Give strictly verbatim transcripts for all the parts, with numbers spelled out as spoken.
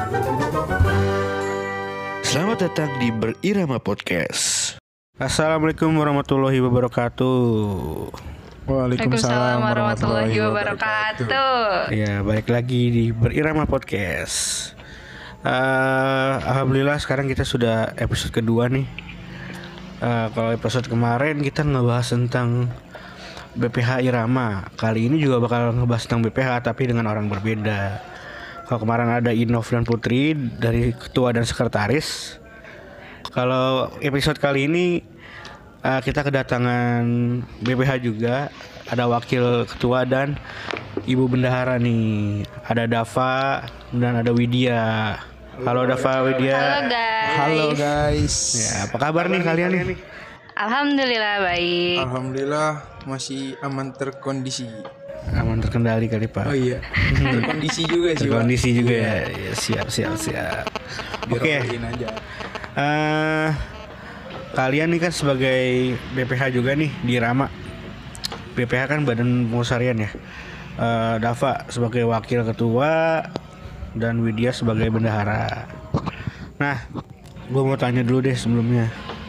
Selamat datang di Berirama Podcast. Assalamualaikum warahmatullahi wabarakatuh. Waalaikumsalam warahmatullahi wabarakatuh. Ya, balik lagi di Berirama Podcast. Uh, Alhamdulillah sekarang kita sudah episode kedua nih. Uh, kalau episode kemarin kita ngebahas tentang B P H Irama. Kali ini juga bakal ngebahas tentang B P H tapi dengan orang berbeda. Kalau kemarin ada Inov dan Putri dari ketua dan sekretaris. Kalau episode kali ini uh, kita kedatangan B P H juga. Ada wakil ketua dan ibu bendahara nih. Ada Dava dan ada Widya. Halo Dava, Widya. Halo guys. Halo guys. Ya, apa kabar nih kalian nih? Alhamdulillah baik. Alhamdulillah masih aman terkondisi. Aman terkendali kali Pak. Oh iya. Terkondisi juga sih. Terkondisi Pak. juga Iya. ya. Ya. Siap siap siap. Biar Oke. rolling aja. Uh, kalian nih kan sebagai B P H juga nih di Irama. B P H kan Badan Pengurus-Harian ya. Uh, Dava sebagai wakil ketua dan Widya sebagai bendahara. Nah, gue mau tanya dulu deh sebelumnya.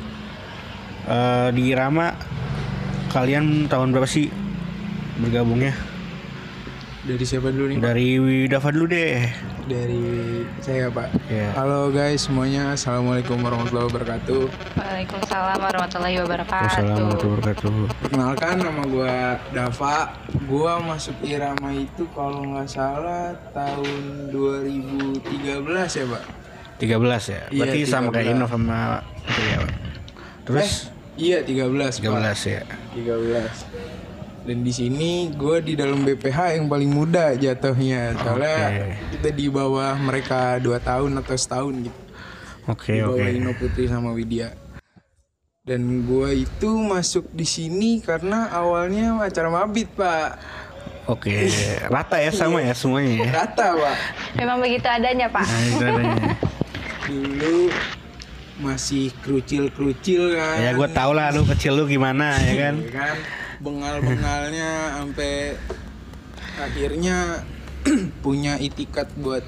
Uh, di Irama kalian tahun berapa sih bergabungnya? Dari siapa dulu nih? Pak? Dari Dava dulu deh. Dari saya Pak. Ya. Halo guys semuanya. Assalamualaikum warahmatullahi wabarakatuh. Waalaikumsalam warahmatullahi wabarakatuh. Wassalamualaikum warahmatullahi wabarakatuh. Perkenalkan nama gue Dava. Gue masuk Irama itu kalau nggak salah tahun dua ribu tiga belas ya Pak. tiga belas ya. Berarti Iya, sama kayak tiga belas. Inov sama Putri ya, Pak. Terus Eh, iya tiga belas tiga belas ya. tiga belas. Dan di sini gue di dalam B P H yang paling muda jatuhnya. Soalnya Oke. kita di bawah mereka dua tahun atau setahun gitu. Oke Di oke. bawah Ino Putri sama Widya. Dan gue itu masuk di sini karena awalnya acara mabit Pak. Oke, rata ya sama ya semuanya ya. Rata Pak. Memang begitu adanya Pak. Nah, itu adanya. Dulu masih kerucil-kerucil kan. Ya gue tau lah lu kecil lu gimana ya kan. Ya kan bengal-bengalnya sampai akhirnya punya itikat buat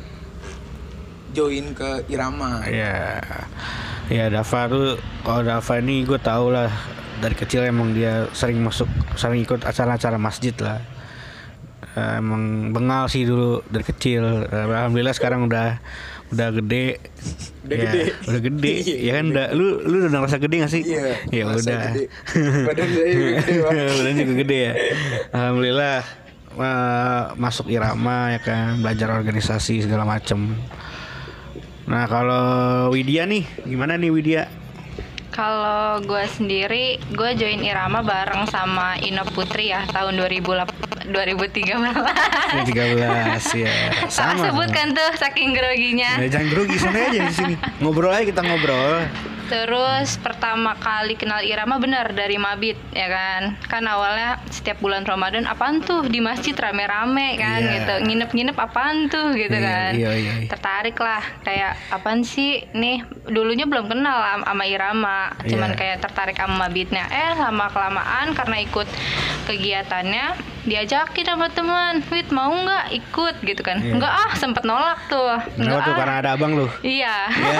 join ke Irama. Ya, ya Dava tuh, kalau Dava ini gue tau lah dari kecil emang dia sering masuk, sering ikut acara-acara masjid lah. Eh, emang bengal sih dulu dari kecil. Eh, Alhamdulillah sekarang udah udah gede. Udah Ya, gede. udah gede. Iya, Ya kan udah lu lu udah ngerasa gede gak sih? Iya. Ya masa udah. gede. Badan saya juga gede Pak. Badan juga gede ya. Alhamdulillah eh, masuk Irama ya kan, belajar organisasi segala macem. Nah kalau Widya nih, gimana nih Widya? Kalau gue sendiri, gue join Irama bareng sama Ino Putri ya tahun dua ribu tiga belas. Ini tiga belas ya. Salah Sama. sebut kan tuh saking groginya. Ya, jangan grogi, santai aja di sini. Ngobrol aja kita ngobrol. Terus pertama kali kenal Irama benar dari Mabit ya kan. Kan awalnya setiap bulan Ramadan apaan tuh di masjid rame-rame kan Iya. gitu. Nginep-nginep apaan tuh gitu Iya, kan. iya, iya, iya. Tertarik lah kayak apaan sih nih, dulunya belum kenal am- sama Irama. Cuman Iya. kayak tertarik sama Mabitnya. Eh lama kelamaan karena ikut kegiatannya diajakin sama teman, "Wit mau nggak ikut?" gitu kan. Iya. Enggak ah, sempet nolak tuh. Kenapa Enggak tuh? ah. Karena ada abang lu. Iya.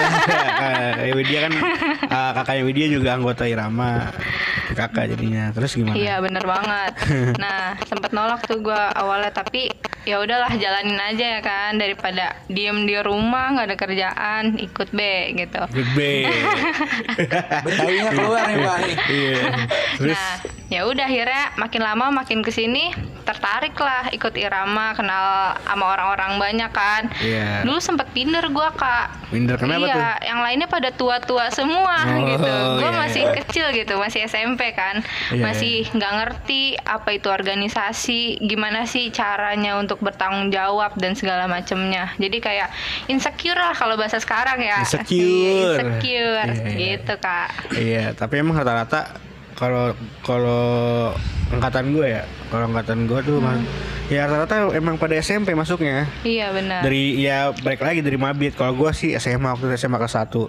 Ya, Widya kan uh, kakaknya Widya juga anggota Irama, kakak jadinya. Terus gimana? Iya bener banget. Nah sempet nolak tuh gue awalnya, tapi ya udahlah jalanin aja ya kan, daripada diem di rumah nggak ada kerjaan, ikut B gitu. Good B. Betawinya keluar nih Pak nih. Iya. Terus Nah ya udah akhirnya makin lama makin kesini tertarik lah ikut Irama, kenal sama orang-orang banyak kan. Iya. Dulu sempet minder gue kak. Minder kenapa iya, tuh? yang lainnya pada tua-tua semua Oh, gitu. Gue iya, masih iya. kecil gitu, masih S M P kan, Iya, masih nggak ngerti apa itu organisasi, gimana sih caranya untuk bertanggung jawab dan segala macemnya. Jadi kayak insecure lah kalau bahasa sekarang ya. Insecure. Iya, insecure Iya, iya. gitu kak. Iya, tapi emang rata-rata kalau kalau angkatan gue ya, kalau angkatan gue tuh mah, ya rata-rata emang pada S M P masuknya. Iya benar. Dari ya balik lagi dari Mabit. Kalau gue sih S M A, waktu itu S M A kelas satu.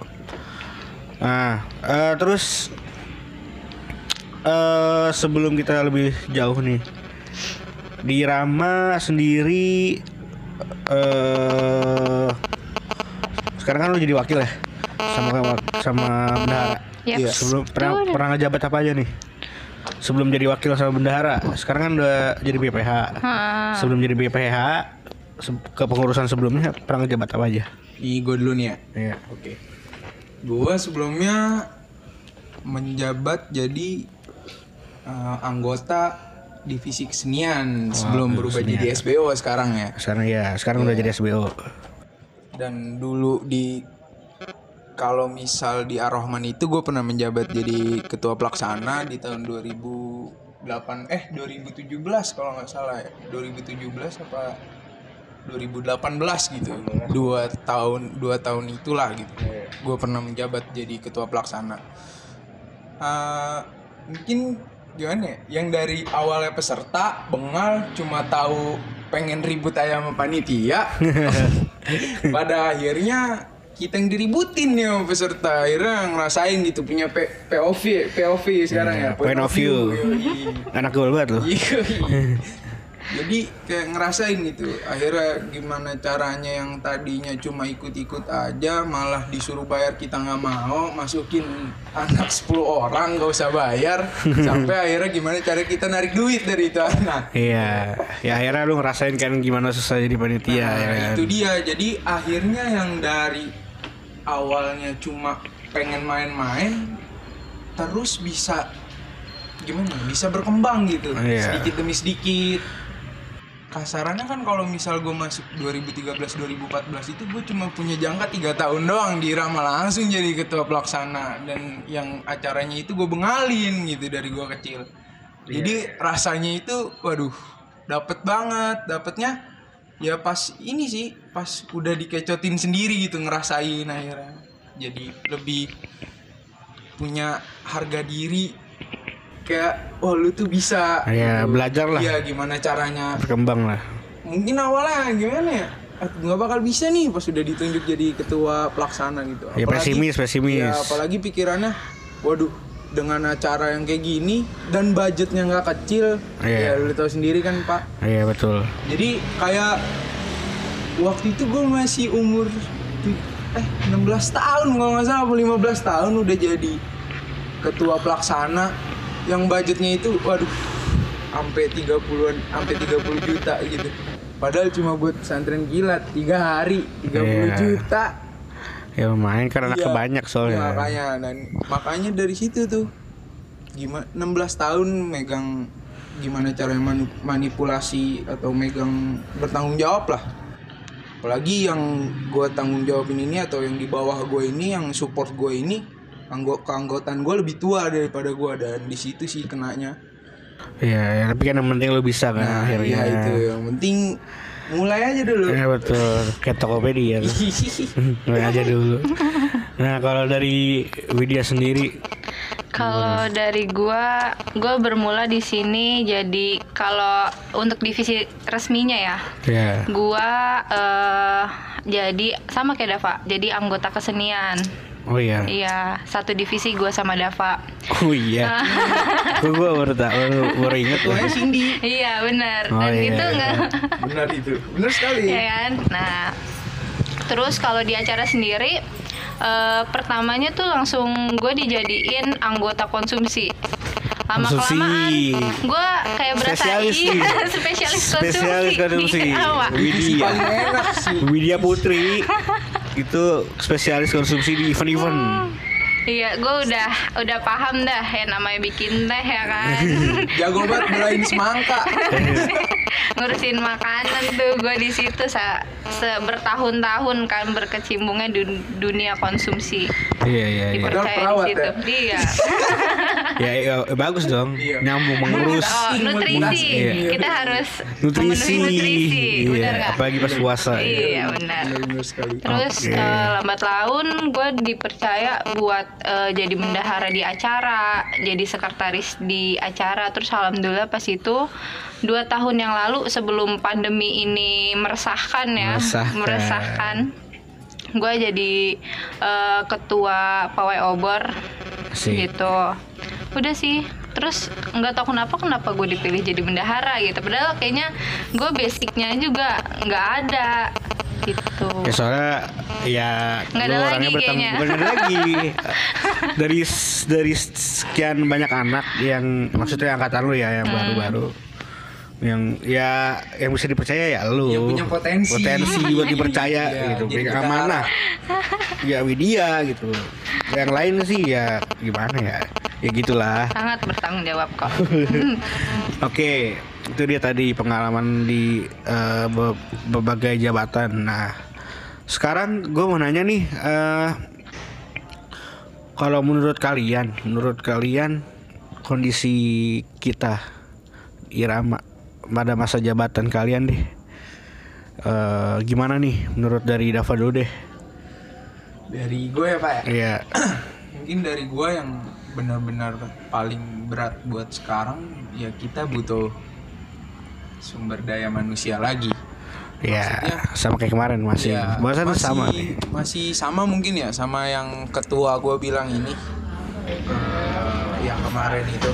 Nah, eh, terus eh sebelum kita lebih jauh nih, di Rama sendiri eh sekarang kan lu jadi wakil ya sama sama bendahara. Yep. Iya. Sebelum pernah Betul. pernah ngejabat apa aja nih? Sebelum jadi wakil sama bendahara, sekarang kan udah jadi B P H. Ah. Sebelum jadi B P H, se- kepengurusan sebelumnya pernah ngejabat apa aja? Ini gue dulu nih ya. Iya. Oke. Gue sebelumnya menjabat jadi uh, anggota divisi kesenian sebelum berubah kesenian. jadi S B O sekarang ya. Sekarang ya, sekarang udah jadi S B O. Dan dulu di kalau misal di Ar-Rahman itu gue pernah menjabat jadi ketua pelaksana di tahun dua ribu delapan eh dua ribu tujuh belas kalau nggak salah ya. dua ribu tujuh belas apa dua ribu delapan belas gitu. Dua tahun dua tahun itulah gitu. Gue pernah menjabat jadi ketua pelaksana. Uh, mungkin gimana ya? Yang dari awalnya peserta bengal cuma tahu pengen ribut aja sama panitia. Pada akhirnya kita yang diributin nih sama peserta, akhirnya ngerasain gitu punya P- POV P O V sekarang Yeah, ya point of view. Yoi. Anak gaul banget loh. Yoi. Jadi kayak ngerasain gitu, akhirnya gimana caranya yang tadinya cuma ikut-ikut aja malah disuruh bayar kita nggak mau, masukin anak sepuluh orang nggak usah bayar, sampai akhirnya gimana cara kita narik duit dari itu anak. Iya, ya akhirnya lu ngerasain kan gimana susah jadi panitia Nah, ya kan? itu dia. Jadi akhirnya yang dari awalnya cuma pengen main-main terus bisa gimana? Bisa berkembang gitu. Iya. Sedikit demi sedikit. Kasarannya kan kalau misal gue masuk dua ribu tiga belas dua ribu empat belas itu gue cuma punya jangka tiga tahun doang di Irama, langsung jadi ketua pelaksana, dan yang acaranya itu gue bengalin gitu dari gue kecil. Jadi rasanya itu waduh dapet banget, dapetnya ya pas ini sih, pas udah dikecotin sendiri gitu ngerasain akhirnya. Jadi lebih punya harga diri, kayak oh lu tuh bisa. Ya, gitu. belajar lah. Iya, gimana caranya. Berkembang lah. Mungkin awalnya gimana ya? Ah, nggak bakal bisa nih pas sudah ditunjuk jadi ketua pelaksana gitu. Ya, pesimis, pesimis. Ya, apalagi pikirannya, waduh, dengan acara yang kayak gini dan budgetnya nggak kecil, Iya. ya lu tahu sendiri kan Pak. Iya betul. Jadi kayak waktu itu gue masih umur tu- eh enam belas tahun kalau nggak salah, lima belas tahun udah jadi ketua pelaksana yang budgetnya itu waduh sampai tiga puluhan, sampai tiga puluh juta gitu. Padahal cuma buat pesantren kilat tiga hari tiga puluh Iya. juta. Ya lumayan kan anaknya Iya. banyak soalnya. Iya, makanya dan makanya dari situ tuh gimana enam belas tahun megang gimana cara manu- manipulasi atau megang bertanggung jawab lah. Apalagi yang gue tanggung jawabin ini atau yang di bawah gue ini, yang support gue ini, anggo- keanggotaan gue lebih tua daripada gue, dan di situ sih kenanya. Iya, ya, tapi kan yang penting lu bisa kan Nah, akhirnya. ya itu yang penting mulai aja dulu. Ya betul, kayak Tokopedia. Mulai aja dulu. Nah kalau dari Widya sendiri, Kalau dari gua, gua bermula di sini jadi kalau untuk divisi resminya ya, ya. gua eh, jadi sama kayak Dava, jadi anggota kesenian. Oh iya. Iya, satu divisi gua sama Dava. Oh iya. Gue gue baru tak baru, baru inget loh. Tuanya Cindy. Iya benar. Oh, Dan iya, itu iya. nggak, Benar itu. Benar sekali. ya kan. Nah, terus kalau di acara sendiri, eh, pertamanya tuh langsung gue dijadiin anggota konsumsi. Lama Konsumsi. kelamaan gue kayak berasa Spesialis iya, nih. spesialis konsumsi. Spesialis konsumsi. Iya, Wak. Widya. Paling enak sih. Widya Putri itu spesialis konsumsi di event-event. Iya, gue udah udah paham dah ya namanya bikin teh ya kan. Jago banget belain semangka. Ngurusin makanan tuh gue di situ sa se- bertahun-tahun kan berkecimpungnya di dunia konsumsi. Iya iya iya. Padahal Dipercaya perawat di situ. ya? Iya. Ya, ya, bagus dong. Iya. Nyambung mengurus. Oh, nutrisi. Iya. Kita harus Nutrisi. memenuhi nutrisi. Benar Iya, nggak? apalagi pas puasa. Iya, benar. Benar sekali. Terus Oke. eh, lambat laun gue dipercaya buat eh, jadi bendahara di acara, jadi sekretaris di acara. Terus alhamdulillah pas itu dua tahun yang lalu sebelum pandemi ini meresahkan ya, Meresahkan. meresahkan. Gue jadi eh, ketua pawai obor Asik. gitu. Udah sih. Terus nggak tahu kenapa kenapa gue dipilih jadi bendahara gitu. Padahal kayaknya gue basicnya juga nggak ada. gitu. Ya soalnya ya Nggak lu ada orangnya lagi bertanggung kayaknya. bukan nggak ada lagi. dari dari sekian banyak anak yang maksudnya angkatan lu ya yang Hmm. baru-baru yang ya yang bisa dipercaya ya lu. Yang punya potensi. Potensi buat dipercaya Iya, gitu. jadi Pegang kita amanah. Ya Widya gitu. Yang lain sih ya gimana ya? Ya gitulah. Sangat bertanggung jawab kok. Oke, itu dia tadi pengalaman di eh, be- berbagai jabatan. Nah, sekarang gue mau nanya nih, eh, kalau menurut kalian, menurut kalian kondisi kita Irama pada masa jabatan kalian deh, eh, gimana nih? Menurut dari Dava dulu deh. Dari gue ya Pak ya. Iya, Mungkin dari gue yang benar-benar paling berat buat sekarang ya kita butuh sumber daya manusia lagi. ya Maksudnya, sama kayak kemarin masih, Ya, bahasan masih, sama nih. masih sama mungkin ya sama yang ketua gue bilang ini eh, yang kemarin itu.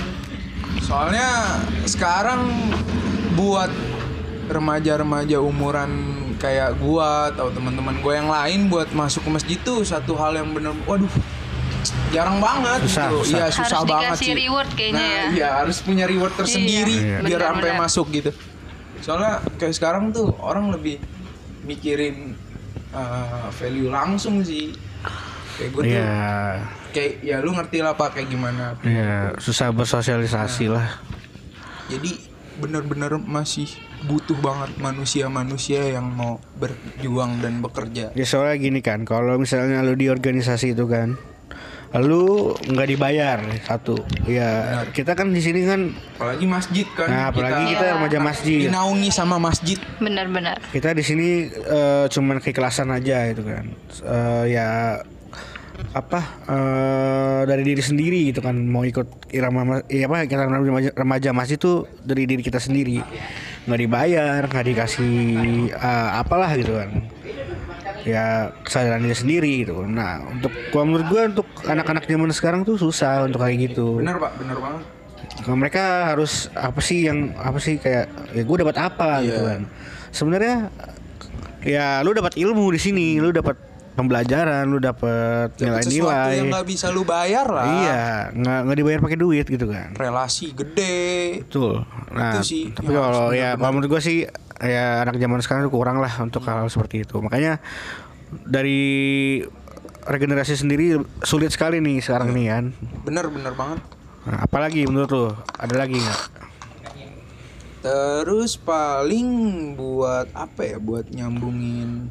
Soalnya sekarang buat remaja-remaja umuran kayak gua atau teman-teman gue yang lain buat masuk ke masjid tuh satu hal yang bener, waduh, jarang banget Susah, gitu. susah. Iya Harus susah banget dikasih sih. reward kayaknya nah, ya. Iya harus punya reward tersendiri Iya. biar Benar, sampai benar. masuk gitu. Soalnya kayak sekarang tuh orang lebih mikirin uh, value langsung sih. Kayak gue tuh Iya, kayak ya lu ngerti lah Pak kayak gimana. iya susah bersosialisasi lah. Jadi benar-benar masih butuh banget manusia-manusia yang mau berjuang dan bekerja. Ya soalnya gini kan, kalau misalnya lu di organisasi itu kan, lu nggak dibayar satu. Ya kita kan di sini kan, Apalagi masjid kan. nah apalagi kita Iya. remaja masjid. dinaungi sama masjid. Benar-benar. Kita di sini eh, cuman keikhlasan aja gitu kan. Eh, ya apa eh, dari diri sendiri gitu kan, mau ikut irama ma- iya apa kita remaja, remaja masjid tuh dari diri kita sendiri, nggak dibayar, nggak dikasih eh, apalah gitu kan, ya kesadaran diri sendiri gitu. Nah untuk gua menurut gua untuk anak-anak zaman sekarang tuh susah untuk kayak gitu. Bener Pak, bener banget. Kalau mereka harus apa sih yang apa sih kayak ya gue dapat apa Iya. gitu kan. Sebenarnya ya lu dapat ilmu di sini, lu dapat pembelajaran, lu dapat Dapet sesuatu nilai-nilai. yang nggak bisa lu bayar lah. Iya, nggak nggak dibayar pakai duit gitu kan. Relasi gede. Betul. Nah, Itu sih tapi yang kalau harus ya benar-benar. kalau menurut gue sih ya anak zaman sekarang tuh kurang lah untuk hal seperti itu. Makanya dari regenerasi sendiri sulit sekali nih sekarang nih kan. Bener bener banget. Nah, apalagi menurut lu? Ada lagi nggak? Terus paling buat apa ya? Buat nyambungin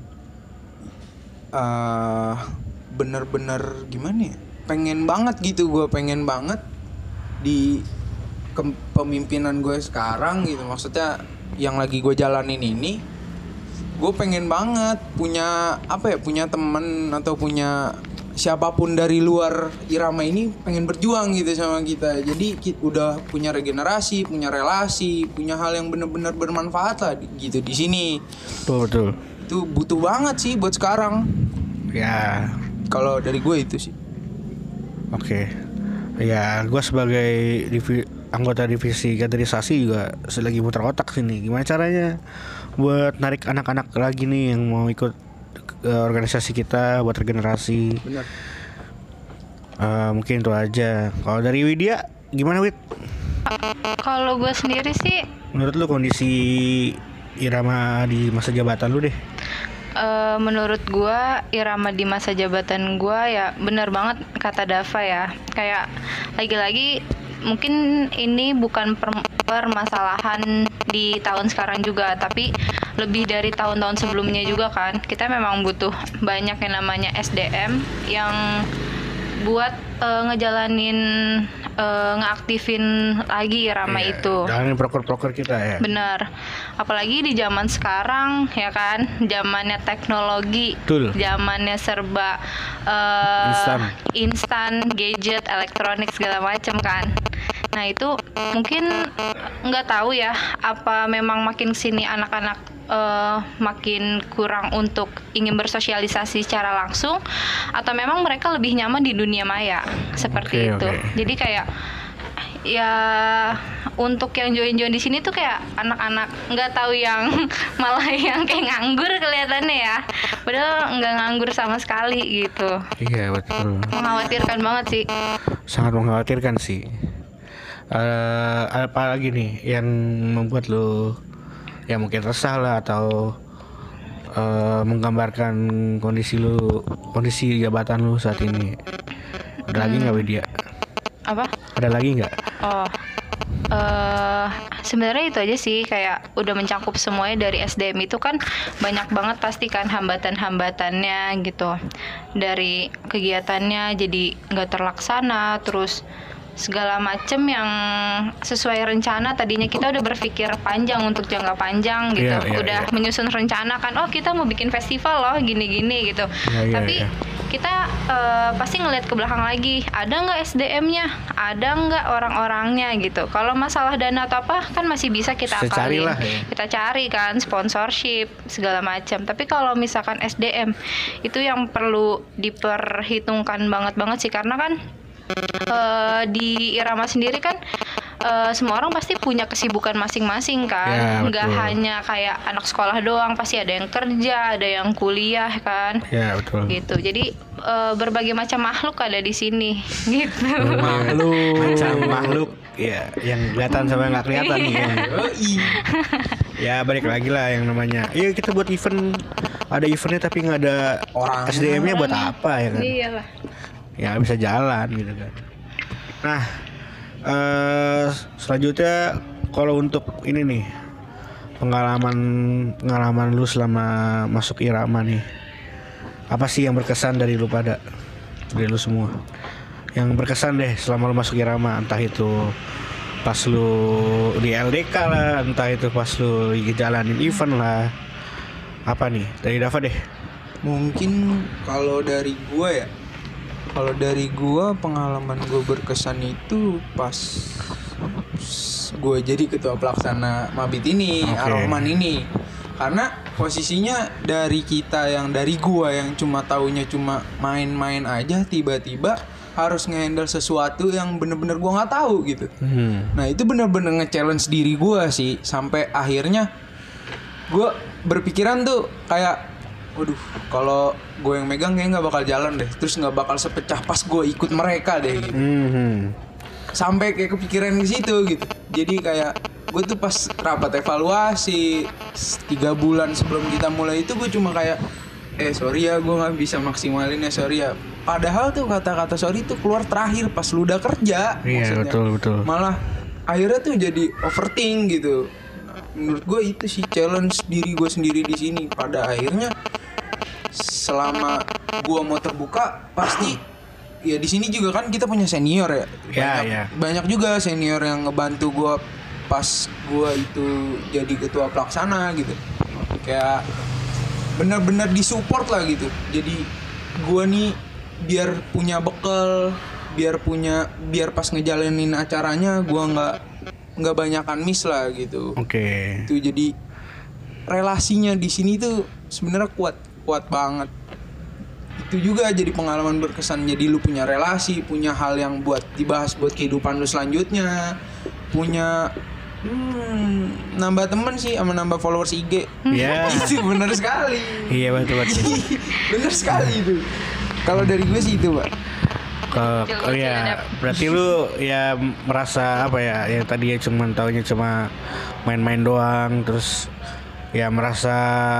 eh bener-bener gimana ya? Pengen banget gitu, gue pengen banget di kepemimpinan gue sekarang gitu. Maksudnya yang lagi gue jalanin ini, gue pengen banget punya apa ya? Punya temen atau punya siapapun dari luar irama ini pengen berjuang gitu sama kita. Jadi kita udah punya regenerasi, punya relasi, punya hal yang benar-benar bermanfaat lah di- gitu di sini. Betul betul. Itu butuh banget sih buat sekarang. Ya, Kalau dari gue itu sih. oke. Ya, gue sebagai divi- anggota divisi kaderisasi juga selagi muter otak sini. Gimana caranya buat narik anak-anak lagi nih yang mau ikut ke organisasi kita buat regenerasi. Benar. Eh, mungkin itu aja. Kalau dari Widya, gimana Wid? Kalau gue sendiri sih Menurut lu kondisi irama di masa jabatan lu deh? eh, menurut gua irama di masa jabatan gua ya benar banget kata Dava ya. Kayak lagi-lagi mungkin ini bukan per- permasalahan di tahun sekarang juga, tapi lebih dari tahun-tahun sebelumnya juga kan. Kita memang butuh banyak yang namanya S D M yang buat eh, ngejalanin eh, ngeaktifin lagi irama Iya, itu. jalanin proker-proker kita ya. Benar. Apalagi di zaman sekarang ya kan, zamannya teknologi, Betul. zamannya serba eh, Instan. instan, gadget, elektronik segala macam kan. Nah itu mungkin nggak tahu ya, apa memang makin sini anak-anak eh, makin kurang untuk ingin bersosialisasi secara langsung, atau memang mereka lebih nyaman di dunia maya seperti Oke, itu. oke. Jadi kayak ya untuk yang join-join di sini tuh kayak anak-anak nggak tahu yang malah yang kayak nganggur kelihatannya ya, padahal nggak nganggur sama sekali gitu. Iya betul. Mengkhawatirkan banget sih. Sangat mengkhawatirkan sih. Uh, apa lagi nih yang membuat lu ya mungkin resah lah atau uh, menggambarkan kondisi lu, kondisi jabatan lu saat ini? Ada hmm. lagi nggak Widya? Apa? Ada lagi nggak? Oh, uh, sebenarnya itu aja sih, kayak udah mencakup semuanya. Dari S D M itu kan banyak banget pasti kan hambatan-hambatannya gitu. Dari kegiatannya jadi nggak terlaksana, terus segala macem yang sesuai rencana. Tadinya kita udah berpikir panjang untuk jangka panjang gitu, yeah, yeah, udah yeah. menyusun rencana kan, oh kita mau bikin festival loh gini-gini gitu. Yeah, yeah, tapi yeah. kita uh, pasti ngeliat ke belakang lagi, ada nggak S D M-nya, ada nggak orang-orangnya gitu. Kalau masalah dana atau apa kan masih bisa kita akalin, lah, ya. kita cari kan sponsorship segala macam. Tapi kalau misalkan S D M itu yang perlu diperhitungkan banget banget sih, karena kan Uh, di Irama sendiri kan uh, semua orang pasti punya kesibukan masing-masing kan, nggak ya, hanya kayak anak sekolah doang, pasti ada yang kerja, ada yang kuliah kan, ya, betul. Gitu. Jadi uh, berbagai macam makhluk ada di sini, gitu. Makhluk, macam makhluk, ya, yang kelihatan sama nggak kelihatan ya. Ya balik lagi lah yang namanya, iya kita buat event, ada eventnya tapi nggak ada orang S D M-nya buat apa ya kan? Iyalah. Ya bisa jalan gitu kan. Nah uh, selanjutnya kalau untuk ini nih, pengalaman pengalaman lu selama masuk Irama nih, apa sih yang berkesan dari lu pada, dari lu semua yang berkesan deh selama lu masuk Irama? Entah itu pas lu di L D K lah, entah itu pas lu jalanin event lah. Apa nih dari Dava deh? Mungkin kalau dari gua ya, Kalau dari gua pengalaman gua berkesan itu pas gua jadi ketua pelaksana Mabit ini, okay. Ar-Rahman ini. Karena posisinya dari kita yang dari gua yang cuma taunya cuma main-main aja, tiba-tiba harus nge-handle sesuatu yang bener-bener gua nggak tahu gitu. Hmm. Nah itu bener-bener nge-challenge diri gua sih, sampai akhirnya gua berpikiran tuh kayak, waduh, kalau gue yang megang kayaknya nggak bakal jalan deh, terus nggak bakal sepecah pas gue ikut mereka deh gitu. Mm-hmm. Sampai kayak kepikiran di situ gitu. Jadi kayak gue tuh pas rapat evaluasi tiga bulan sebelum kita mulai itu, gue cuma kayak, eh sorry ya gue nggak bisa maksimalin ya, sorry ya. Padahal tuh kata-kata sorry tuh keluar terakhir pas lu udah kerja. Iya yeah, betul betul. Malah akhirnya tuh jadi overthink gitu. Menurut gue itu sih challenge diri gue sendiri di sini. Pada akhirnya selama gue mau terbuka pasti ya di sini juga kan kita punya senior ya. Banyak, yeah, yeah. banyak juga senior yang ngebantu gue pas gue itu jadi ketua pelaksana gitu. Kayak benar-benar disupport lah gitu. Jadi gue nih biar punya bekal, biar punya biar pas ngejalanin acaranya gue nggak nggak banyakan miss lah gitu. Oke. Okay. Itu jadi relasinya di sini tuh sebenarnya kuat kuat banget. Itu juga jadi pengalaman berkesan. Jadi lu punya relasi, punya hal yang buat dibahas buat kehidupan lu selanjutnya, punya hmm, nambah temen sih sama nambah followers I G. Iya. Yeah. Itu benar sekali. Iya betul betul. Benar sekali itu. Kalau dari gue sih itu, Pak. Ke, oh ya, berarti lu ya merasa apa ya, yang tadi ya cuma taunya cuma main-main doang, terus ya merasa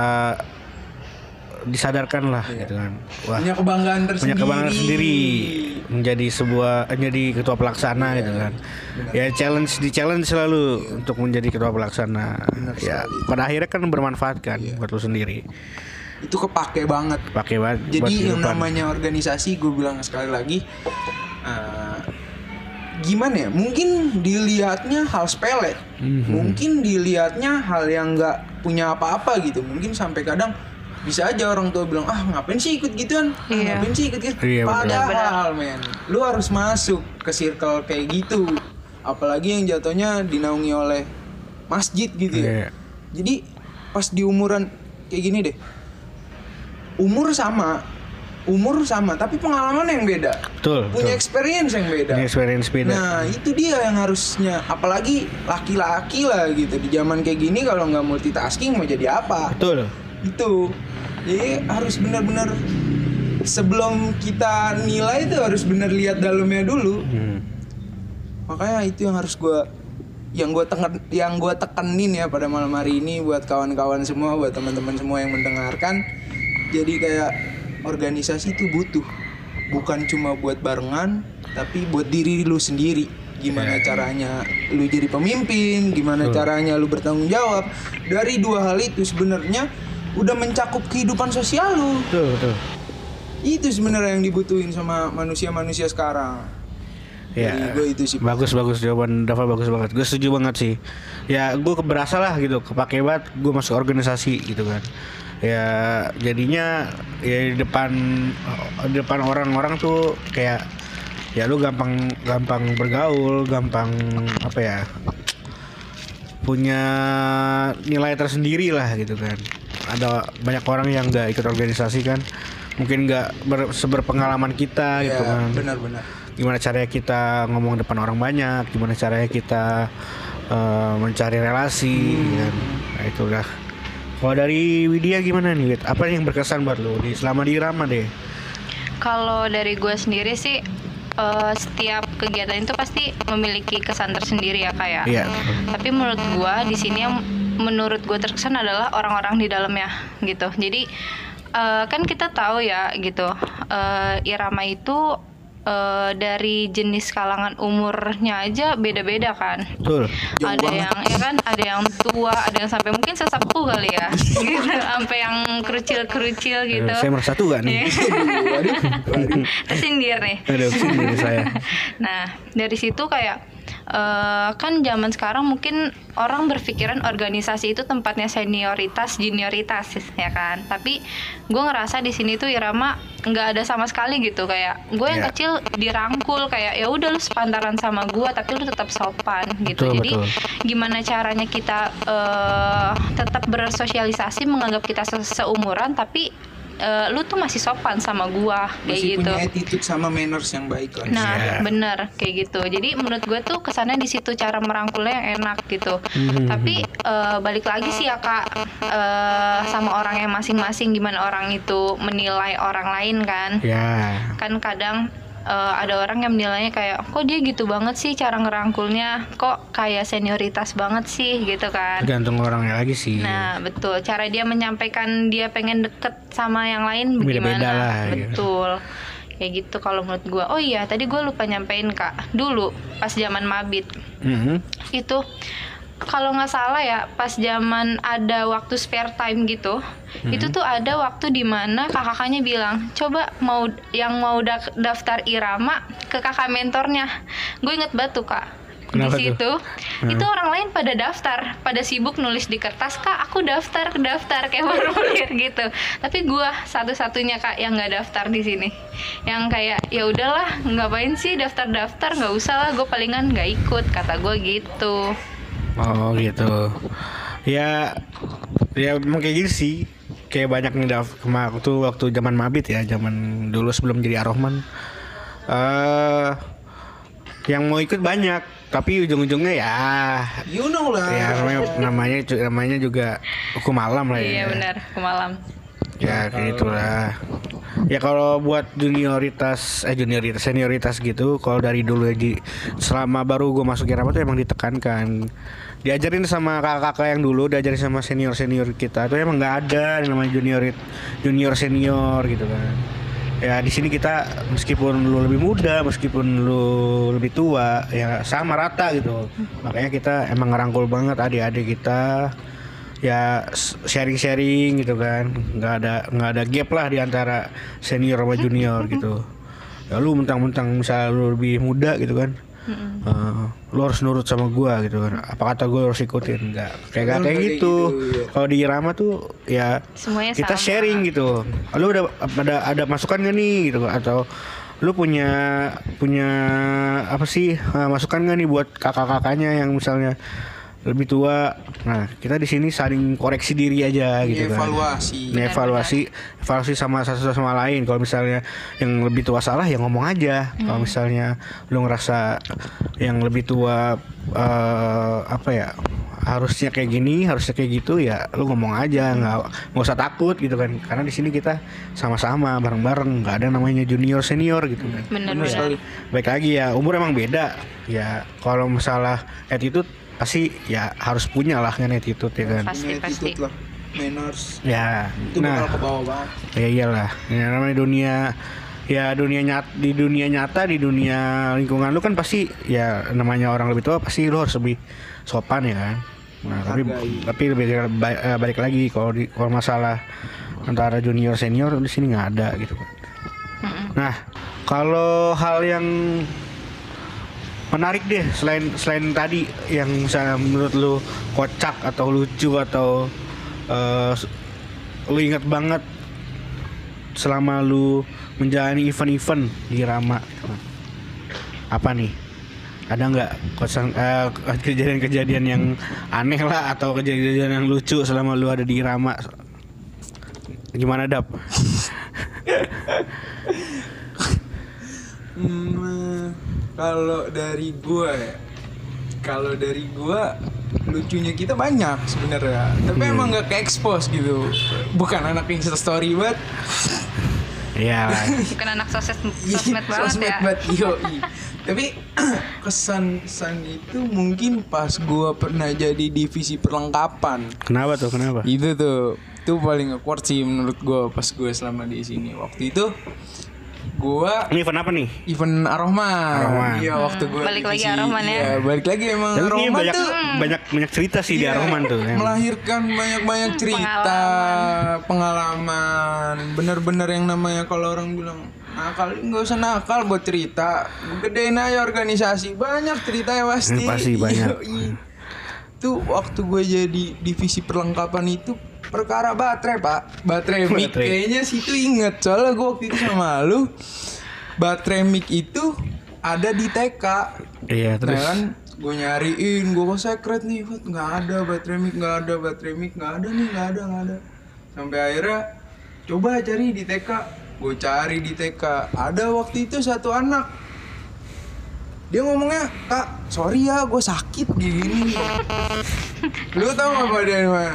disadarkan lah, iya. Gitu kan. Wah, punya kebanggaan tersendiri. Punya kebanggaan sendiri menjadi sebuah menjadi ketua pelaksana, iya, gitu kan. Benar. Ya challenge di challenge selalu, iya, untuk menjadi ketua pelaksana. Benar ya sekali. Pada akhirnya kan bermanfaat kan, iya, buat lu sendiri. Itu kepake banget. Kepake banget. Jadi yang namanya organisasi, gue bilang sekali lagi, uh, gimana ya? Mungkin dilihatnya hal sepele, mm-hmm. mungkin dilihatnya hal yang nggak punya apa-apa gitu. Mungkin sampai kadang bisa aja orang tua bilang, ah ngapain sih ikut gituan? Ah, iya. Ngapain sih ikut gitu? Iya, padahal men, lu harus masuk ke circle kayak gitu. Apalagi yang jatuhnya dinaungi oleh masjid gitu ya. Iya. Jadi pas di umuran kayak gini deh, umur sama, umur sama tapi pengalaman yang beda. Betul. Punya betul. experience yang beda. Punya experience beda. Nah itu dia yang harusnya, apalagi laki-laki lah gitu di zaman kayak gini kalau nggak multitasking mau jadi apa? Betul. Itu jadi harus benar-benar sebelum kita nilai itu harus benar lihat dalamnya dulu. Hmm. Makanya itu yang harus gue yang gue tekan yang gue tekenin ya pada malam hari ini buat kawan-kawan semua, buat teman-teman semua yang mendengarkan. Jadi kayak organisasi itu butuh, bukan cuma buat barengan tapi buat diri lu sendiri. Gimana Yeah. caranya lu jadi pemimpin, gimana Betul. caranya lu bertanggung jawab. Dari dua hal itu sebenarnya udah mencakup kehidupan sosial lu. Betul, betul. Itu sebenarnya yang dibutuhin sama manusia-manusia sekarang. Ya, Jadi gue itu sih. bagus bagus jawaban Dava, bagus banget. Gue setuju banget sih. Ya, gue berasa lah gitu, kepake banget gue masuk organisasi gitu kan. Ya, jadinya ya di depan di depan orang-orang tuh kayak ya lu gampang gampang bergaul, gampang apa ya? Punya nilai tersendiri lah gitu kan. Ada banyak orang yang nggak ikut organisasi kan, mungkin nggak ber, seberpengalaman kita gitu Ya, kan. benar-benar. Gimana caranya kita ngomong depan orang banyak, gimana caranya kita uh, mencari relasi kan. Nah itu udah. Kalau dari Widya gimana nih, Wid? Apa yang berkesan buat lo di selama di Irama deh? Kalau dari gue sendiri sih eh, setiap kegiatan itu pasti memiliki kesan tersendiri ya kak ya. Iya. Tapi menurut gue di sini yang menurut gue terkesan adalah orang-orang di dalamnya gitu. Jadi eh, kan kita tahu ya gitu, eh, Irama itu eh, dari jenis kalangan umurnya aja beda-beda kan. Betul. Jauh Ada banget. yang ya kan, ada yang tua, ada yang sampai mungkin sesepuh kali ya, gitu, sampai yang kerucil-kerucil gitu. Eh, Saya merasa tua nih. Waduh, waduh. Tersindir nih. Ada sini saya. Nah, dari situ kayak eh, kan zaman sekarang mungkin orang berpikiran organisasi itu tempatnya senioritas, junioritas ya kan. Tapi gue ngerasa di sini tuh Irama nggak ada sama sekali gitu, kayak gue yang Ya. kecil dirangkul kayak ya udah lu sepantaran sama gue tapi lu tetap sopan gitu. Betul, Jadi betul. gimana caranya kita eh, tetap bersosialisasi, menganggap kita se- seumuran tapi eh, lu tuh masih sopan sama gua kayak Masih gitu. punya attitude sama manners yang baik lah. Nah, Iya. bener kayak gitu. Jadi menurut gue tuh kesannya di situ cara merangkulnya yang enak gitu. Mhm. Tapi eh, balik lagi sih ya kak, eh, sama orang yang masing-masing gimana orang itu menilai orang lain kan. Ya. Kan kadang eh, ada orang yang menilainya kayak kok dia gitu banget sih cara ngerangkulnya, kok kayak senioritas banget sih gitu kan. Tergantung orangnya lagi sih. Nah betul, cara dia menyampaikan dia pengen deket sama yang lain Beda-beda bagaimana. lah, gitu. Betul kayak gitu kalau menurut gue. Oh iya tadi gue lupa nyampein kak, dulu pas zaman mabit Mhm. itu kalau nggak salah ya pas zaman ada waktu spare time gitu, Hmm. itu tuh ada waktu dimana kakak-kakaknya bilang coba mau yang mau da- daftar Irama ke kakak mentornya. Gue inget banget tuh kak. Kenapa Di tuh? situ Hmm. itu orang lain pada daftar, pada sibuk nulis di kertas, kak aku daftar daftar kayak formulir gitu. Tapi gue satu-satunya kak yang nggak daftar di sini, yang kayak ya udahlah ngapain sih daftar-daftar, nggak usah lah, gue palingan nggak ikut kata gue gitu. Oh gitu. Ya, ya emang kayak gitu sih. Kayak banyak nih Dav, kemarin tuh waktu zaman mabit ya, zaman dulu sebelum jadi Ar-Rahman. Eh, yang mau ikut banyak, tapi ujung-ujungnya ya, You know lah. ya namanya namanya, namanya juga hukum alam lah ya. Iya benar, ke malam. Ya kayak gitulah. Ya kalau buat junioritas, eh junioritas, senioritas gitu, kalau dari dulu aja, selama baru gue masuk Irama tuh emang ditekankan, diajarin sama kakak-kakak yang dulu, diajarin sama senior-senior kita tuh emang nggak ada yang namanya juniorit, junior senior gitu kan. Ya di sini kita meskipun lu lebih muda, meskipun lu lebih tua, ya sama rata gitu. Makanya kita emang ngerangkul banget adik-adik kita. Ya sharing-sharing gitu kan, nggak ada nggak ada gap lah di antara senior sama junior gitu. Ya lu mentang-mentang misalnya lu lebih muda gitu kan, uh, lu harus nurut sama gua gitu kan, apa kata gua harus ikutin, nggak kayak nggak kayak Kayak gitu. gitu, iya. Kalau di Irama tuh ya Semuanya kita sama. sharing gitu, lu udah ada ada masukan gak nih gitu, atau lu punya punya apa sih uh, masukan gak nih buat kakak-kakaknya yang misalnya lebih tua. Nah, kita di sini saling koreksi diri aja gitu kan. Evaluasi. Nah, evaluasi, evaluasi sama satu sama lain. Kalau misalnya yang lebih tua salah ya ngomong aja. Hmm. Kalau misalnya lu ngerasa yang lebih tua uh, apa ya? harusnya kayak gini, harusnya kayak gitu ya lu ngomong aja, nggak nggak usah takut gitu kan, karena di sini kita sama-sama bareng-bareng, nggak ada namanya junior senior gitu kan. Benar-benar. Baik lagi ya, umur emang beda ya. Kalau masalah attitude pasti ya harus punya lah kan attitude ya kan. Pasti pasti. Lah, manners. Ya, itu nah, bakal ke bawah banget. Ya iyalah, ya, namanya dunia. Ya dunia nyata, di dunia nyata, di dunia lingkungan lu kan pasti ya namanya orang lebih tua pasti lu harus lebih sopan ya kan. Nah, tapi tapi lebih balik lagi kalau di kalau masalah antara junior senior di sini nggak ada gitu kan. Nah, kalau hal yang menarik deh selain selain tadi yang misalnya menurut lu kocak atau lucu atau uh, lu ingat banget selama lu menjalani event-event di Rama, apa nih? Ada nggak kosan uh, kejadian-kejadian yang aneh lah atau kejadian yang lucu selama lu ada di Rama? Gimana Dap? hmm, kalau dari gua ya, kalau dari gua lucunya kita banyak sebenarnya, tapi hmm. emang nggak ke-expose gitu. Bukan anak Insta story banget. Iya. Bukan anak sosmed sosmed banget sosmed ya. Banget, yoi. Tapi kesan-kesan itu mungkin pas gua pernah jadi divisi perlengkapan. Kenapa tuh? Kenapa? Itu tuh, itu paling awkward sih menurut gua pas gua selama di sini. Waktu itu gua ini event apa nih? Event Ar-Rahman. Ar-Rahman. Iya, waktu gua balik divisi, lagi Ar-Rahman ya. Iya, balik lagi emang Ar-Rahman banyak, tuh banyak banyak cerita sih iya, di Ar-Rahman tuh. Melahirkan banyak-banyak cerita, pengalaman. pengalaman. Bener-bener yang namanya kalau orang bilang nakal, nggak usah nakal buat cerita. Gedein aja organisasi, banyak cerita ya pasti. Hmm, pasti banyak. Tuh waktu gue jadi divisi perlengkapan itu perkara baterai pak, baterai mic kayaknya sih itu inget, soalnya gue waktu itu sama lu baterai mic itu ada di T K. Iya terus. Nah, kan gue nyariin, gue kok secret nih, nggak ada baterai mic, nggak ada baterai mic, nggak ada nih, nggak ada, nggak ada. Sampai akhirnya coba cari di T K, gue cari di T K, ada waktu itu satu anak. Dia ngomongnya, kak, sorry ya, gue sakit gini. Lu tau gak apa dia mana?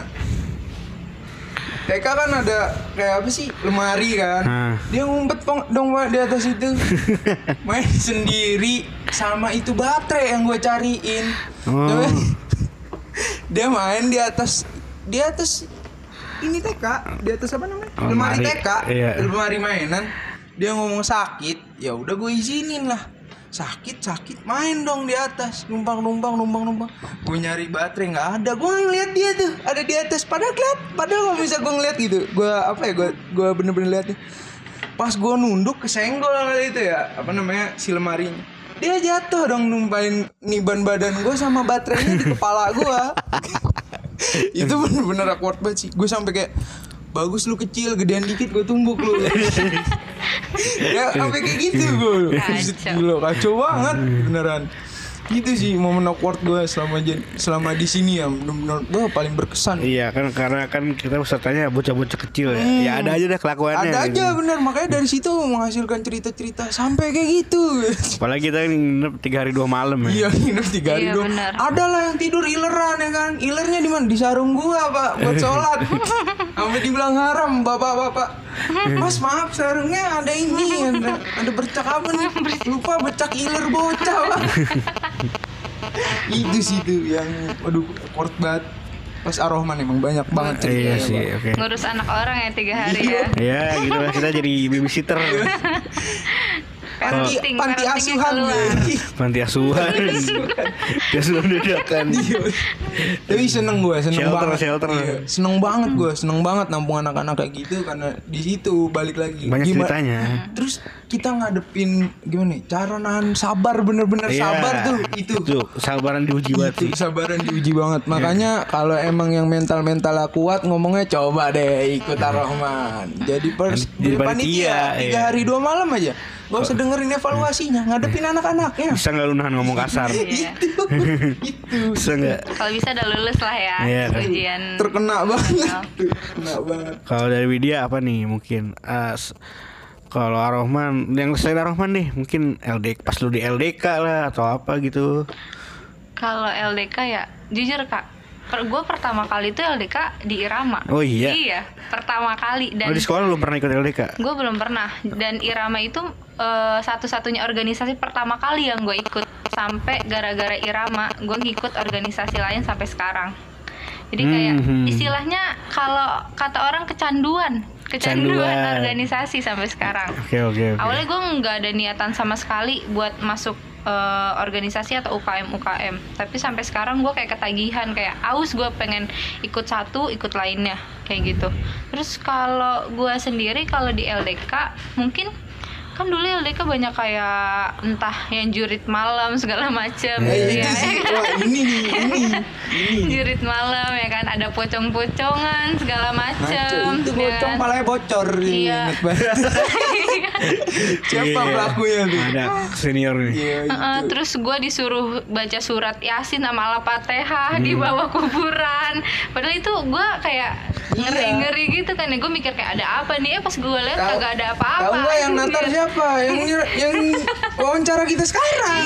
T K kan ada kayak apa sih, lemari kan. Hmm. Dia ngumpet pong, dong pak di atas itu. Main sendiri sama itu baterai yang gue cariin. Oh. Dia main di atas, di atas ini T K, di atas apa namanya? Oh, lemari T K, iya. Lemari mainan. Dia ngomong sakit, ya udah gue izinin lah. Sakit sakit main dong di atas, numpang numpang numpang numpang. Gue nyari baterai nggak ada, gue ngeliat dia tuh ada di atas. Padahal lihat, padahal kalau bisa gue ngeliat gitu, gue apa ya, gue gue bener-bener liat nih. Pas gue nunduk kesenggol kali itu ya, apa namanya si lemarinya. Dia jatuh dong numpain niban badan gue sama baterainya di kepala gue. Itu bener-bener awkward banget sih. Gue sampai kayak, bagus lu kecil, gedean dikit gue tumbuk lu. Ya sampai kayak gitu gue. Kacau. Kacau banget beneran. Gitu sih momen awkward gue selama selama di sini ya, benar-benar gue paling berkesan. Iya kan, karena kan kita pesertanya bocah-bocah kecil ya. Hmm. Ya ada aja deh kelakuannya. Ada gitu. aja bener, makanya dari situ menghasilkan cerita-cerita sampai kayak gitu. Apalagi kita nginep tiga hari dua malam ya. Iya nginep tiga hari iya, dua. Bener. Ada lah yang tidur ileran ya kan. Ilernya di mana? Di sarung gua pak buat sholat. Sampai dibilang haram bapak-bapak. Mas maaf sarungnya ada ini, ada, ada bercak apa nih? Lupa bercak iler bocah pak. Itu sih tuh yang waduh awkward banget. Pas Ar-Rahman emang banyak banget cerita. Iya sih, oke. Okay. Ngurus anak orang ya tiga hari iya. ya. Iya gitu lah, kita jadi babysitter. Panti, oh. panti asuhan Panti asuhan Dia sudah dadakan. Tapi seneng gue, seneng shelter, banget shelter. Iya, seneng banget gue, seneng banget nampung anak-anak kayak gitu. Karena di situ balik lagi banyak gimana, ceritanya. Terus kita ngadepin gimana nih, cara nahan sabar, bener-bener yeah, sabar tuh. Itu Itu sabaran diuji banget sih. Sabaran diuji banget. Makanya yeah. Kalau emang yang mental-mental kuat, ngomongnya coba deh ikut Ar-Rahman. Jadi pers- jadi panitia tiga hari dua malam aja. Gak usah dengerin evaluasinya, ngadepin anak-anaknya. Bisa nggak lu nahan ngomong kasar? Iya. Gitu, gitu. Bisa nggak? Kalau bisa udah lulus lah ya Iya, kan. ujian. Terkena banget, tuh, terkena banget. Kalau dari Widya apa nih mungkin? Uh, s- kalau Ar-Rahman, yang selain Ar-Rahman nih, mungkin L D K, pas lu di L D K lah atau apa gitu. Kalau L D K ya, jujur kak, per, gue pertama kali itu L D K di Irama. Oh iya? Iya, pertama kali. Dan Oh di sekolah belum pernah ikut L D K? gue belum pernah. Dan Irama itu eh, satu-satunya organisasi pertama kali yang gue ikut. Sampai gara-gara Irama, gue ngikut organisasi lain sampai sekarang. Jadi kayak Hmm. istilahnya kalau kata orang kecanduan, kecanduan Kecanduan. organisasi sampai sekarang. Oke oke oke. Awalnya gue nggak ada niatan sama sekali buat masuk eh, organisasi atau U K M U K M, tapi sampai sekarang gue kayak ketagihan, kayak aus gue pengen ikut satu, ikut lainnya kayak gitu. Terus kalau gue sendiri kalau di L D K mungkin kan dulu L D K banyak kayak entah yang jurit malam segala macem Eh, gitu itu ya. sih, wah ini nih, ini, ini. Jurit malam ya kan, ada pocong-pocongan segala Ngaco, macem itu ya bocong kan? palanya bocor. Iya. Ingat banget. Siapa Iya. pelakunya tuh? Ada senior nih. Iya, Heeh, itu. terus gue disuruh baca surat Yasin sama Al-Fatihah di Hmm. bawah kuburan. Padahal itu gue kayak ngeri-ngeri gitu kan ya. Gue mikir kayak ada apa nih? Eh pas gue lihat Tahu- kagak ada apa-apa. Tahu nggak yang Gitu natar ya. siapa? Yang nyir- yang wawancara kita sekarang.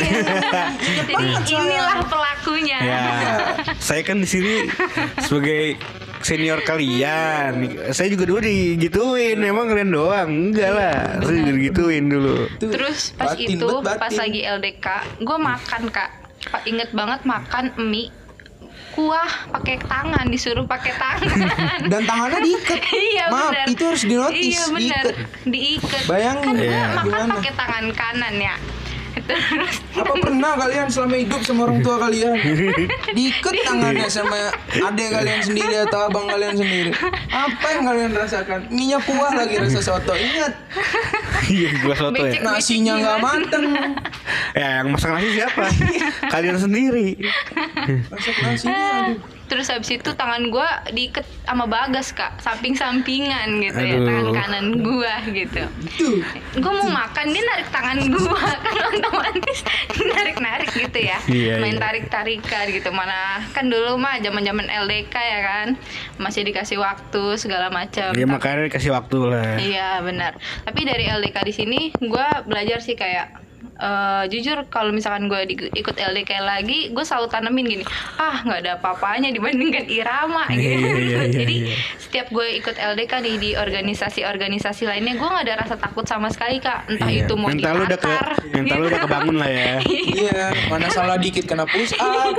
Jadi inilah pelakunya. Ya, saya kan di sini sebagai senior kalian. Saya juga dulu digituin, emang kalian doang? Enggak lah, saya juga digituin dulu. Tuh, Terus pas batin, itu bet, batin. pas lagi L D K, gue makan kak. Pak inget banget makan mie kuah pakai tangan, disuruh pakai tangan. Dan tangannya diikat. Iya Maaf, benar. itu harus dinotis. Iya benar, diikat. diikat. Bayangin, Kan gue Iya. makan gimana? pakai tangan kanan ya. Terus Apa pernah kalian selama hidup sama orang tua kalian diikat tangannya sama adek kalian sendiri atau abang kalian sendiri? Apa yang kalian rasakan? Minyak kuah lagi rasa soto. Ingat, Iya, gua soto ya. Becek. nasinya nggak mateng. Ya, yang masak nasi siapa? Kalian sendiri. Masak nasinya, aduh. terus habis itu tangan gue diikat sama Bagas kak, samping-sampingan gitu ya, Aduh. tangan kanan gue gitu. Tuh, Gue mau makan dia narik tangan gue kan otomatis narik-narik gitu ya, Iya, main iya. tarik-tarikan gitu. Mana kan dulu mah zaman-zaman L D K ya kan, masih dikasih waktu segala macam. Ya makanya dikasih waktu lah. Iya benar. Tapi dari L D K di sini gue belajar sih kayak eh, jujur kalau misalkan gue di- ikut L D K lagi, gue selalu tanemin gini, ah nggak ada apa-apanya dibandingkan Irama Iya, gitu. iya, iya, iya, Jadi iya. setiap gue ikut L D K nih di organisasi-organisasi lainnya, gue nggak ada rasa takut sama sekali kak. Entah Iya. itu mau mental lu udah ke diatar, mental lu gitu. udah kebangun lah ya. iya, mana salah dikit kena push up.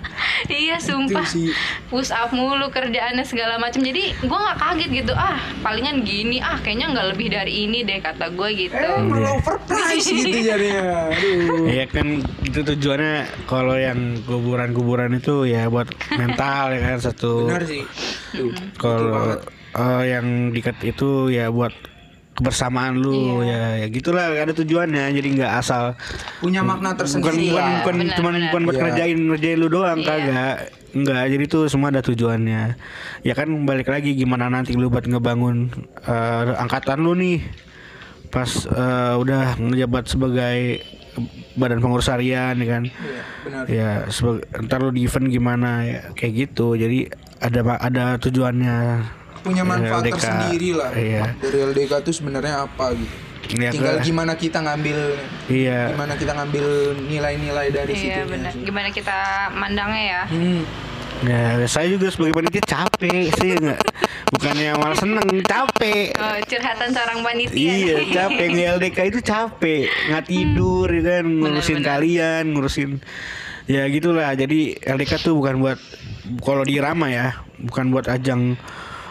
Iya sumpah, sih. push up mulu kerjaannya segala macam. Jadi gue nggak kaget gitu, ah palingan gini, ah kayaknya nggak lebih dari ini deh kata gue gitu. Eh, malah overprice gitu jadinya. Aduh. Iya kan itu tujuannya kalau yang kuburan-kuburan itu ya buat mental ya kan satu. Benar sih. Tuh, betul Kalau banget. eh, yang diket itu ya buat kebersamaan lu Iya. ya, ya gitulah ada tujuannya jadi nggak asal Punya makna bukan tersendiri bukan lah. bukan Benar, cuman benar. bukan buat Iya. ngerjain ngerjain lu doang Iya. kagak enggak jadi tuh semua ada tujuannya ya kan balik lagi gimana nanti lu buat ngebangun eh, angkatan lu nih pas eh, udah ngejabat sebagai badan pengurus harian ya kan Iya, benar. ya sebagai, ntar lu di event gimana ya kayak gitu jadi ada ada tujuannya. Punya manfaat L D K. tersendiri lah. Iya. Dari L D K tuh sebenarnya apa gitu. Ya, Tinggal ke- gimana kita ngambil Iya. gimana kita ngambil nilai-nilai dari situ. Iya benar. Gimana kita mandangnya ya? Hmm. Ya, saya juga sebagai panitia capek sih nggak, bukannya malah seneng, capek. Oh, curhatan seorang panitia. Iya, nih. capek nge L D K itu capek, nggak tidur ya kan, ngurusin Benar-benar. kalian, ngurusin ya gitulah. Jadi L D K tuh bukan buat kalau di Rama ya, bukan buat ajang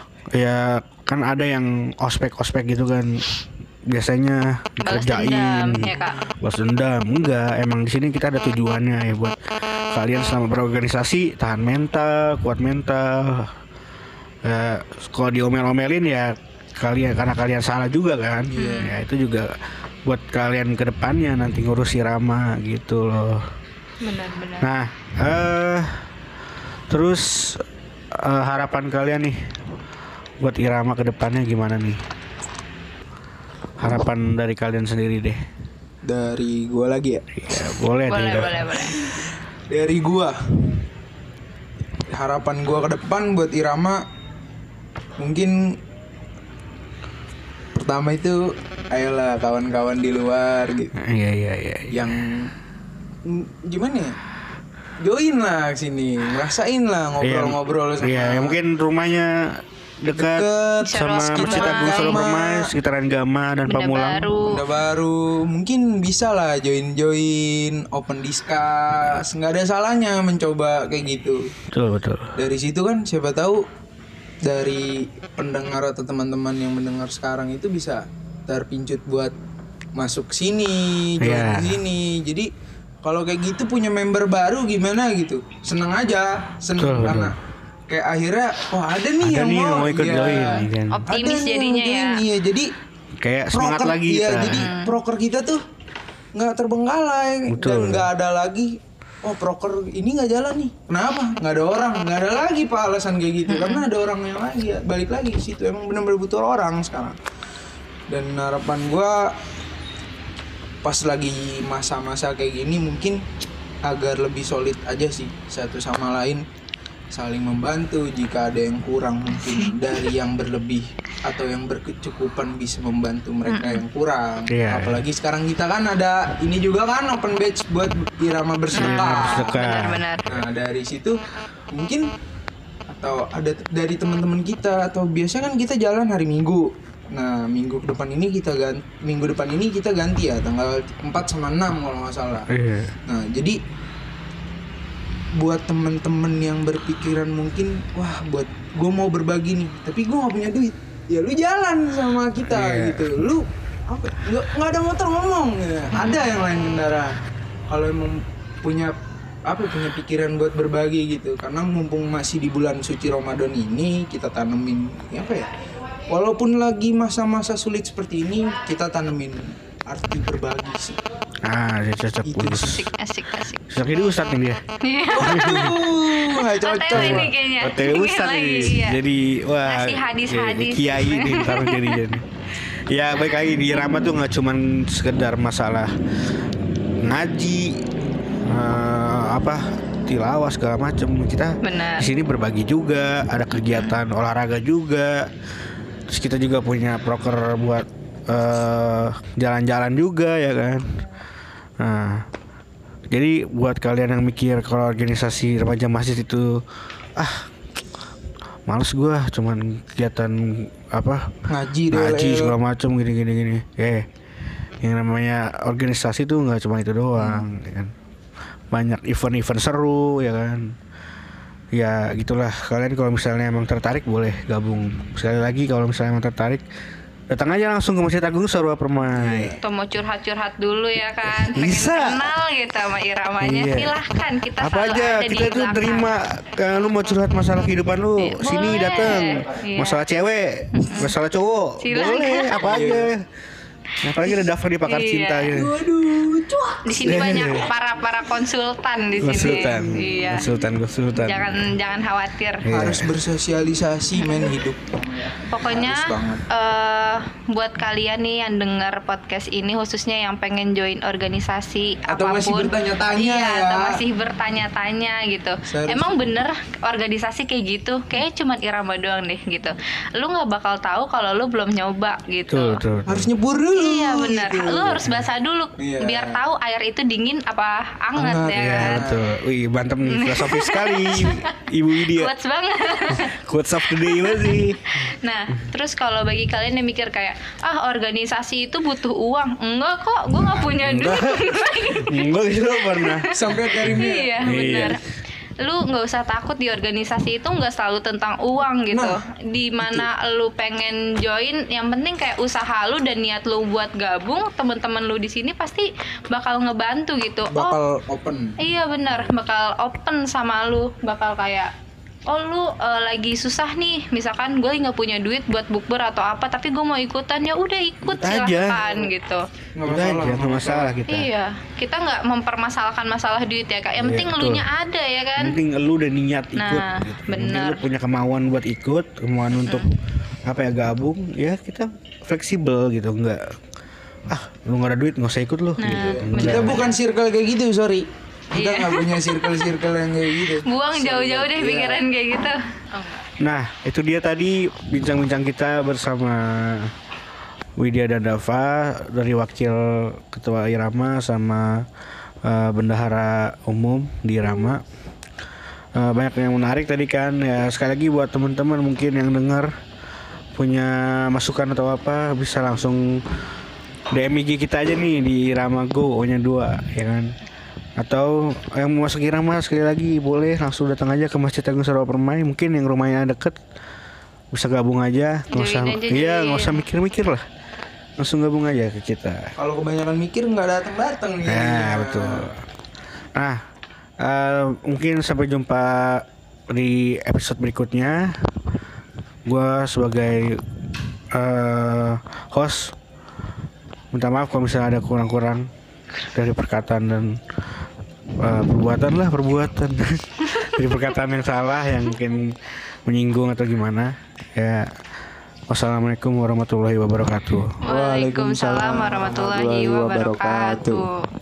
ya kan ada yang ospek-ospek gitu kan. Biasanya Balas dikerjain, dendam, ya, Kak? balas dendam. Enggak, emang di sini kita ada tujuannya ya buat kalian selama berorganisasi tahan mental, kuat mental. Ya, kalau diomel-omelin ya kalian karena kalian salah juga kan. Ya itu juga buat kalian ke depannya nanti ngurusi Rama gitu loh. Benar-benar. Nah, eh terus eh, harapan kalian nih buat Irama ke depannya gimana nih? harapan dari kalian sendiri deh. Dari gua lagi ya. Ya, boleh, Boleh, tidak. boleh, boleh. Dari gua, harapan gua ke depan buat Irama mungkin pertama itu ayolah kawan-kawan di luar gitu. Iya iya iya. Yang mm, gimana ya? Join lah sini, ngerasain lah ngobrol-ngobrol sama. Iya, ya mungkin rumahnya dekat, Deket sama Seru Masjid Gama. Agung Solo Gama. Permai, sekitaran Gama dan Benda Pamulang. baru. Benda baru, mungkin bisa lah join-join, open discuss, nggak ada salahnya mencoba kayak gitu. Betul betul. Dari situ kan siapa tahu dari pendengar atau teman-teman yang mendengar sekarang itu bisa terpincut buat masuk sini, join Iya. sini. Jadi kalau kayak gitu punya member baru gimana gitu, seneng aja, seneng Betul, karena kayak akhirnya oh ada nih Ada yang nih yang mau, mau ikut iya. join, nih kan. Optimis Ada nih yang jadinya join, ya. iya. Jadi Kayak semangat proker- lagi iya, kita. jadi proker kita tuh nggak terbengkalai Betul. dan nggak ada lagi oh proker ini nggak jalan nih, kenapa nggak ada orang, nggak ada lagi pak alasan kayak gitu karena ada orang yang lagi ya, balik lagi ke situ, emang benar-benar butuh orang sekarang. Dan harapan gua pas lagi masa-masa kayak gini mungkin agar lebih solid aja sih satu sama lain, saling membantu jika ada yang kurang mungkin dari yang berlebih atau yang berkecukupan bisa membantu mereka yang kurang. Iya. Apalagi sekarang kita kan ada ini juga kan open batch buat Irama bersedekah. Bersedekah. Benar-benar. Nah dari situ mungkin atau ada t- dari teman-teman kita atau biasanya kan kita jalan hari Minggu. Nah minggu depan ini kita ganti, minggu depan ini kita ganti ya tanggal empat sama enam kalau nggak salah. Iya. Nah jadi buat temen-temen yang berpikiran mungkin wah buat gue mau berbagi nih tapi gue nggak punya duit, ya lu jalan sama kita Iya. gitu, lu apa nggak nggak ada motor ngomong ya. Ada yang lain kendaraan kalau emang punya apa punya pikiran buat berbagi gitu, karena mumpung masih di bulan suci Ramadan ini kita tanemin ya apa ya, walaupun lagi masa-masa sulit seperti ini kita tanemin arti berbagi sih. Ah, dia cocok Itu bagus. Asik, asik, asik. Cocok jadi ustadz nih dia. Iya. Waduh, nggak O T W cocok. nih kayaknya. O T W ustadz Lagi, nih. iya. Jadi wah. Ngasih hadis-hadis. jadi kiai nih ntar jadi jadi. Ya baik lagi di Irama tuh nggak cuman sekedar masalah ngaji, eh, apa tilawah segala macam. Kita Benar. di sini berbagi juga, ada kegiatan olahraga juga. Terus kita juga punya proker buat eh, jalan-jalan juga ya kan. Nah, jadi buat kalian yang mikir kalau organisasi remaja masjid itu ah males gua cuman kegiatan apa Ngaji deh. ngaji Leo. segala macam gini gini gini. Eh, yang namanya organisasi tuh nggak cuma itu doang, ya kan. Banyak event-event seru ya kan. Ya gitulah, kalian kalau misalnya emang tertarik boleh gabung. Sekali lagi kalau misalnya emang tertarik datang aja langsung ke Masjid Agung Solo Permai. Atau mau curhat-curhat dulu ya kan, pengen Bisa. kenal gitu sama iramanya, Iya. silahkan, kita Apa selalu aja ada kita di tuh belakang. terima. Kalau lu mau curhat masalah kehidupan lu, Iya, sini boleh. datang. Iya. Masalah cewek, masalah cowok, Silakan. boleh apa aja. Apalagi ada daftar di pakar Iya. cinta gitu. Waduh, cuak. Di sini banyak para para konsultan di sini. Konsultan, Iya. konsultan, konsultan. Jangan jangan khawatir. Iya. Harus bersosialisasi men hidup. Pokoknya Harus banget. eh, buat kalian nih yang dengar podcast ini, khususnya yang pengen join organisasi Atau apapun, masih bertanya-tanya iya, ya. atau masih bertanya-tanya gitu. Seharusnya- Emang bener organisasi kayak gitu? Kayaknya cuma Irama doang deh gitu. Lu nggak bakal tahu kalau lu belum nyoba gitu. Betul, betul, betul. Harus nyebur dulu. Iya benar. gitu. Lu harus basah dulu Iya. biar tahu air itu dingin apa hangat, Hangat, ya Iya kan. betul. Wih mantap nih, filosofis sekali Ibu Widya. Quotes banget. Quotes of the day banget sih. Nah, terus kalau bagi kalian yang mikir kayak ah organisasi itu butuh uang, enggak kok, gue nggak punya duit. Enggak gitu pernah. Sampai Karimnya. Iya benar. Lu nggak usah takut, di organisasi itu nggak selalu tentang uang gitu. Nah, Di mana lu pengen join, yang penting kayak usaha lu dan niat lu buat gabung, teman-teman lu di sini pasti bakal ngebantu gitu. Oh, Bakal open. iya benar, bakal open sama lu, bakal kayak oh lu eh, lagi susah nih, misalkan gue nggak punya duit buat bukber atau apa, tapi gue mau ikutan, ya udah ikut Ikut aja. silahkan gitu. Nggak Udah masalah. aja, nggak masalah kita. Iya, kita nggak mempermasalahkan masalah duit ya kak. Yang Iya, penting betul. elunya ada ya kan. Yang penting lu udah niat ikut Nah, gitu. Yang penting bener. lu punya kemauan buat ikut, kemauan untuk apa ya gabung, ya kita fleksibel gitu, enggak ah lu nggak ada duit nggak usah ikut lu. Nah, gitu. Kita bukan circle kayak gitu, sorry. Kita Iya. nggak punya circle-circle yang kayak gitu. Buang jauh-jauh deh Iya. pikiran kayak gitu. Oh, Nah itu dia tadi bincang-bincang kita bersama Widya dan Dava dari wakil ketua Irama sama uh, bendahara umum di Irama. Uh, banyak yang menarik tadi kan ya. Sekali lagi buat teman-teman mungkin yang dengar punya masukan atau apa bisa langsung D M I G kita aja nih di Irama Go O nya dua ya kan. Atau yang mau masuk Irama sekali lagi boleh langsung datang aja ke Masjid Agung Sarwa Permai. Mungkin yang rumahnya deket bisa gabung aja, nggak usah, Join aja, iya join. nggak usah mikir-mikir lah, langsung gabung aja ke kita. Kalau kebanyakan mikir nggak datang-datang nih. Nah betul. Nah eh, mungkin sampai jumpa di episode berikutnya. Gua sebagai eh, host minta maaf kalau misalnya ada kurang-kurang dari perkataan dan uh, perbuatan lah perbuatan dari perkataan yang salah yang mungkin menyinggung atau gimana ya. Wassalamualaikum warahmatullahi wabarakatuh. Waalaikumsalam warahmatullahi wabarakatuh.